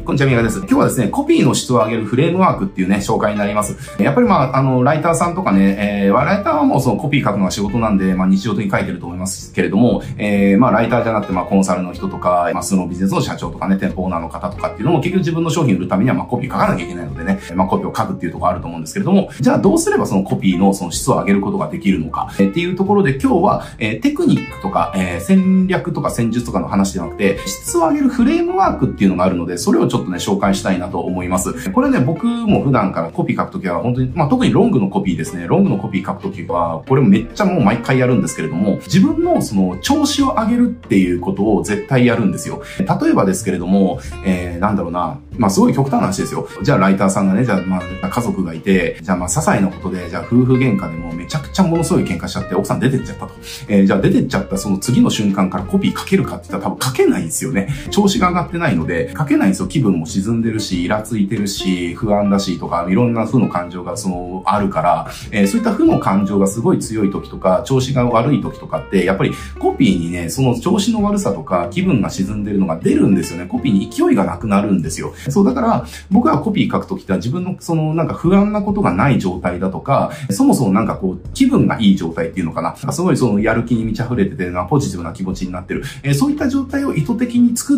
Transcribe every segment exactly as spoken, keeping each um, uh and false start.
こんにちは、みがです。今日はですね、コピーの質を上げるフレームワークっていうね、紹介になります。やっぱりまあ、あの、ライターさんとかね、えー、ライターはもうそのコピー書くのが仕事なんで、まあ日常的に書いてると思いますけれども、えー、まあライターじゃなくて、まあコンサルの人とか、まあ普通のビジネスの社長とかね、店舗オーナーの方とかっていうのも結局自分の商品を売るためには、まあコピー書かなきゃいけないのでね、まあコピーを書くっていうところあると思うんですけれども、じゃあどうすればそのコピーのその質を上げることができるのか、えー、っていうところで今日は、えー、テクニックとか、えー、戦略とか戦術とかの話ではなくて、質を上げるフレームワークっていうのがあるので、それをちょっとね、紹介したいなと思います。これね、僕も普段からコピー書くときは本当に、まあ特にロングのコピーですね。ロングのコピー書くときは、これもめっちゃもう毎回やるんですけれども、自分のその調子を上げるっていうことを絶対やるんですよ。例えばですけれども、えー、なんだろうな、まあすごい極端な話ですよ。じゃあライターさんがね、じゃあまあ家族がいて、じゃあまあ些細なことで、じゃあ夫婦喧嘩でもめちゃくちゃものすごい喧嘩しちゃって奥さん出てっちゃったと。えー、じゃあ出てっちゃったその次の瞬間からコピー書けるかって言ったら多分書けないんですよね。調子が上がってないので、書けないんですよ。気分も沈んでるし、イラついてるし、不安だしとか、いろんな負の感情がその、あるから、えー、そういった負の感情がすごい強い時とか、調子が悪い時とかって、やっぱりコピーにね、その調子の悪さとか、気分が沈んでるのが出るんですよね。コピーに勢いがなくなるんですよ。そう、だから、僕はコピー書くときって自分のそのなんか不安なことがない状態だとか、そもそもなんかこう気分がいい状態っていうのかな。すごいそのやる気に満ち溢れてて、ポジティブな気持ちになってる。えー、そういった状態を意図的に作って、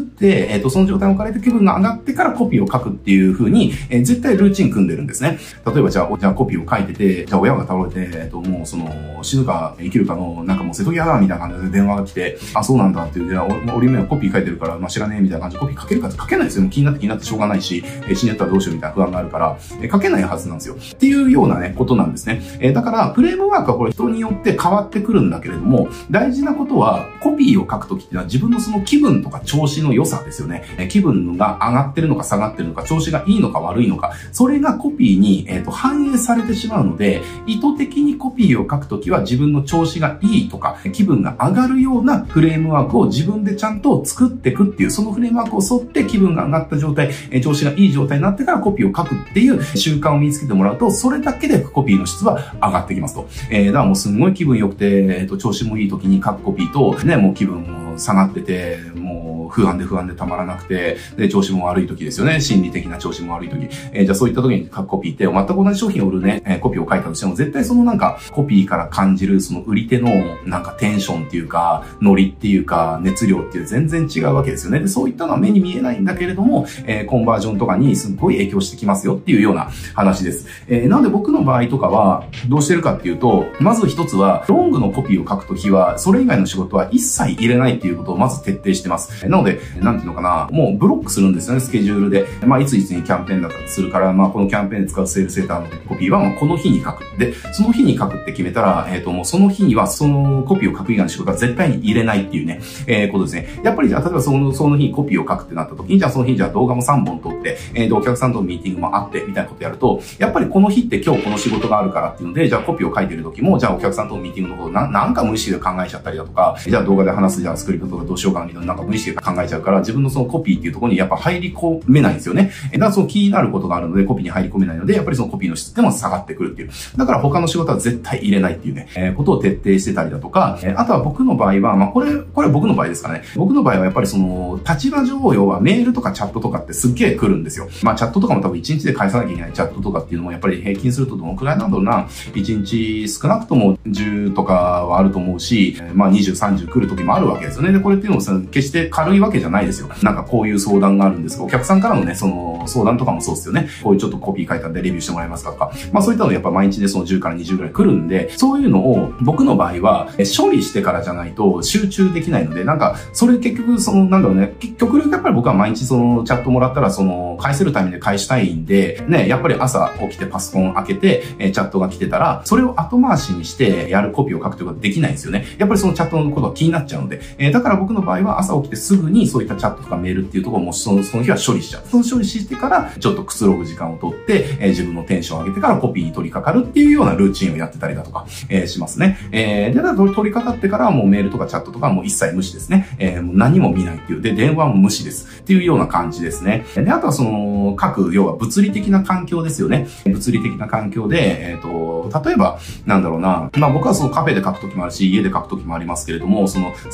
えっと、その状態を置かれて気分が上がってからコピーを書くっていう風に、えー、絶対ルーチン組んでるんですね。例えばじゃあ、じゃあコピーを書いてて、じゃあ親が倒れて、えっと、もうその死ぬか生きるかのなんかもう瀬戸際だみたいな感じで電話が来て、あ、そうなんだっていう、じゃあ俺今コピー書いてるから、まあ、知らねえみたいな感じでコピー書けるかって書けないですよ。もう気になって気になってしょうがないし、えー、死んじゃったらどうしようみたいな不安があるから、えー、書けないはずなんですよ。っていうようなね、ことなんですね。えー、だから、フレームワークはこれ人によって変わってくるんだけれども、大事なことは、コピーを書くときっていうのは自分のその気分とか調子の良さですよね。えー、気分が上がってるのか下がってるのか、調子がいいのか悪いのか、それがコピーに、えーと、反映されてしまうので、意図的にコピーを書くときは自分の調子がいいとか、気分が上がるようなフレームワークを自分でちゃんと作っていくっていう、そのフレームワークを沿って気分が上がった状態、えー、調子がいい状態になってからコピーを書くっていう習慣を身につけてもらうと、それだけでコピーの質は上がってきますと。えー、だからもうすんごい気分良くて、えーと、調子もいい時に書くコピーと、ね、もう気分も下がってて、もう不安で不安でたまらなくて、で、調子も悪い時ですよね。心理的な調子も悪い時。えー、じゃあそういった時に書くコピーって、全く同じ商品を売るね、えー、コピーを書いたとしても、絶対そのなんか、コピーから感じるその売り手のなんかテンションっていうか、ノリっていうか、熱量っていう全然違うわけですよね。で、そういったのは目に見えないんだけれども、えー、コンバージョンとかにすっごい影響してきますよっていうような話です。えー、なので僕の場合とかは、どうしてるかっていうと、まず一つは、ロングのコピーを書くときは、それ以外の仕事は一切入れないっていうことをまず徹底してます。なので、なんていうのかな、もうブロックするんですよね、スケジュールで。まあ、いついつにキャンペーンだったりするから、まあ、このキャンペーンで使うセールセーターのコピーは、まあ、この日に書く。で、その日に書くって決めたら、えっと、もうその日には、そのコピーを書く以外の仕事は絶対に入れないっていうね、えー、ことですね。やっぱりじゃあ、例えばその、その日にコピーを書くってなった時に、じゃあその日じゃあ動画もさんぼん撮って、えー、で、お客さんとのミーティングもあって、みたいなことやると、やっぱりこの日って今日この仕事があるからっていうので、じゃあコピーを書いてる時も、じゃあお客さんとのミーティングのことをな、なんか無意識で考えちゃったりだとか、じゃあ動画で話すじゃあスクリプトがどうしようかなみたいな、なんか無意識で考えちゃうから、自分のそのコピーっていうところにやっぱ入り込めないんですよね。だからその気になることがあるので、コピーに入り込めないので、やっぱりそのコピーの質っても下がってくるっていう。だから他の仕事は絶対入れないっていうね、えー、ことを徹底してたりだとか、えー、あとは僕の場合は、まあこれ、これ僕の場合ですかね。僕の場合はやっぱりその、立場上要はメールとかチャットとかってすっげー来るんですよ。まあチャットとかも多分いちにちで返さなきゃいけないチャットとかっていうのもやっぱり平均するとどのくらいなんだろうな。いちにち少なくともじゅうとかはあると思うし、まあにじゅう、さんじゅう来る時もあるわけですよね。で、これっていうのも決して軽いわけじゃないですよ。なんかこういう相談があるんですが、お客さんからのね、その相談とかもそうですよね。こういうちょっとコピー書いたんでレビューしてもらえますかとか。まあそういったのやっぱ毎日でそのじゅうからにじゅうぐらい来るんで、そういうのを僕の場合は処理してからじゃないと集中できないので、なんかそれ結局そのなんだろうね、結局やっぱり僕は毎日そのチャットもらったらその返せるタイミングで返したいんで、ね、やっぱり朝起きてパソコン開けて、えー、チャットが来てたら、それを後回しにしてやるコピーを書くということができないんですよね。やっぱりそのチャットのことが気になっちゃうので、えー、だから僕の場合は朝起きてすぐにそういったチャットとかメールっていうところをもうその、その日は処理しちゃう。その処理してから、ちょっとくつろぐ時間をとって、えー、自分のテンションを上げてからコピーに取り掛かるっていうようなルーチンをやってたりだとか、えー、しますね。えー、で、だから取り掛かってからはもうメールとかチャットとかもう一切無視ですね。えー、もう何も見ないっていう。で、電話も無視です。っていうような感じですね。で、あとはその、各、要は物理的な環境ですよね。物理的な環境で、えっと、例えば、なんだろうな、まあ僕はそのカフェで書くときもあるし、家で書くときもありますけれども、その、生活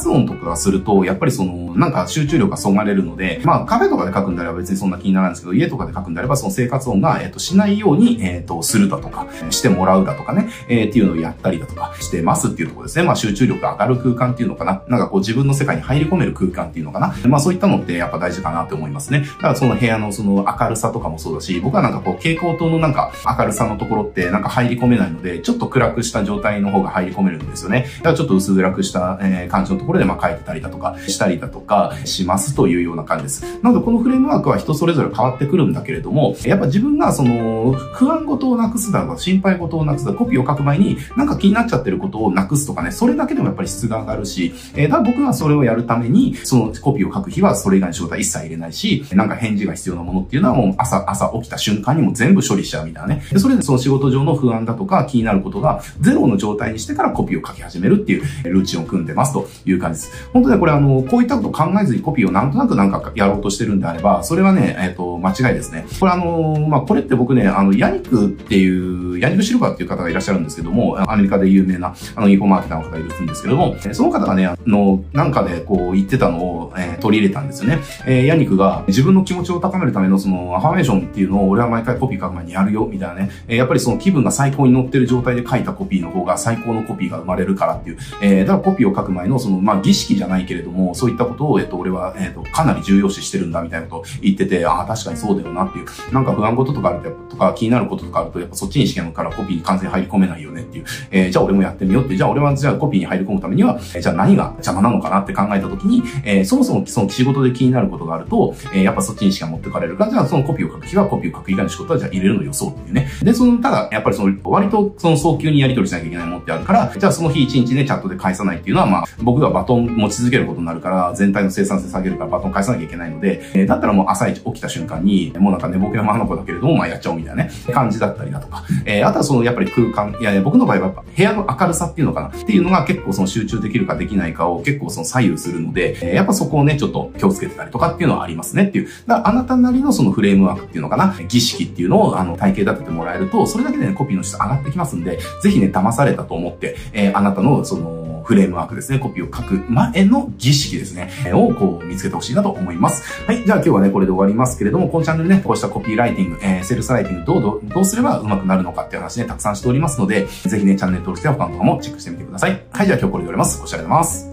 活音とかがすると、やっぱりその、なんか集中力がそがれるので、まあカフェとかで書くんであれば別にそんな気にならないんですけど、家とかで書くんであれば、その生活音が、えっと、しないように、えっと、するだとか、してもらうだとかね、えー、っていうのをやったりだとかしてますっていうところですね。まあ集中力が上がる空間っていうのかな。なんかこう自分の世界に入り込める空間っていうのかな。まあそういったのってやっぱ大事かなって思いますね。だからその部屋のその明るさとかもそうだし、僕はなんかこう蛍光灯のなんか明るさのところってなんか入り込めないので、ちょっと暗くした状態の方が入り込めるんですよね。だからちょっと薄暗くした、えー、感じのところでまあ書いてたりだとかしたりだとかしますというような感じです。なのでこのフレームワークは人それぞれ変わってくるんだけれども、やっぱ自分がその不安事をなくすだとか心配事をなくすだとかコピーを書く前になんか気になっちゃってることをなくすとかね、それだけでもやっぱり質が上がるし、えー、だから僕はそれをやるためにそのコピーを書く日はそれ以外の仕事は一切入れないし、なんか返事が必要なものっていうのはもう朝、朝起きた瞬間にも全部処理しちゃうみたいなね。でそれでその仕事上の不安だとか気になることがゼロの状態にしてからコピーを書き始めるっていうルーチンを組んでますという感じです。本当にこれあの、こういったことを考えずにコピーをなんとなくなんかやろうとしてるんであれば、それはね、えっと、間違いですね。これあの、まあ、これって僕ね、あの、ヤニクっていう、ヤニクシルバーっていう方がいらっしゃるんですけども、アメリカで有名なあの、インフォマーケターの方がいるんですけども、その方がね、あの、なんかでこう言ってたのを、えー、取り入れたんですよね。えー、ヤニクが自分の気持ちを高めるためのそのアファメーションっていうのを俺は毎回コピー書く前にやるよ、みたいなね。えー、やっぱりその気分が最高に乗ってる状態で書いたコピーの方が最高のコピーが生まれるからっていう。えー、だからコピーを書く前のその、まあ、儀式じゃないけれども、そういったことを、えっと、俺は、えっと、かなり重要視してるんだ、みたいなことを言ってて、ああ、確かにそうだよなっていう。なんか不安事とかあると、とか気になることとかあると、やっぱそっちに意識が向くからコピーに完全に入り込めないよねっていう。えー、じゃあ俺もやってみようって、じゃあ俺はじゃあコピーに入り込むためには、えー、じゃあ何が邪魔なのかなって考えたときに、えー、そもそもその仕事で気になることがあると、えー、やっぱそっちに意識が持ってかれるから、じゃあそのコピーを書く日はコピーを書く以外の仕事はじゃあ入れるの予想っていうね。で、その、ただ、やっぱりその、割とその早急にやり取りしなきゃいけないものってあるから、じゃあその日一日でチャットで返さないっていうのは、まあ、僕がバトン持ち続けることになるから、全体の生産性下げるからバトン返さなきゃいけないので、えー、だったらもう朝一起きた瞬間に、もうなんか寝ぼけのまの子だけれども、まあやっちゃおうみたいなね、感じだったりだとか、えー、あとはそのやっぱり空間、いやいや僕の場合はやっぱ部屋の明るさっていうのかなっていうのが結構その集中できるかできないかを結構その左右するので、えー、やっぱそこをね、ちょっと気をつけてたりとかっていうのはありますねっていう。だからあなたなりのそのフレームワークっていうのかな、儀式っていうのをあの体系立ててもらえると、それだけでね、コピーの質上がってきますんで、ぜひね、騙されたと思って、えー、あなたのその、フレームワークですね、コピーを書く前の儀式ですね、をこう見つけてほしいなと思います。はい、じゃあ今日はね、これで終わりますけれども、このチャンネルね、こうしたコピーライティング、えー、セールスライティングどうどう、どうすれば上手くなるのかっていう話ね、たくさんしておりますので、ぜひね、チャンネル登録して他の動画もチェックしてみてください。はい、じゃあ今日これで終わります。ご視聴ありがとうございます。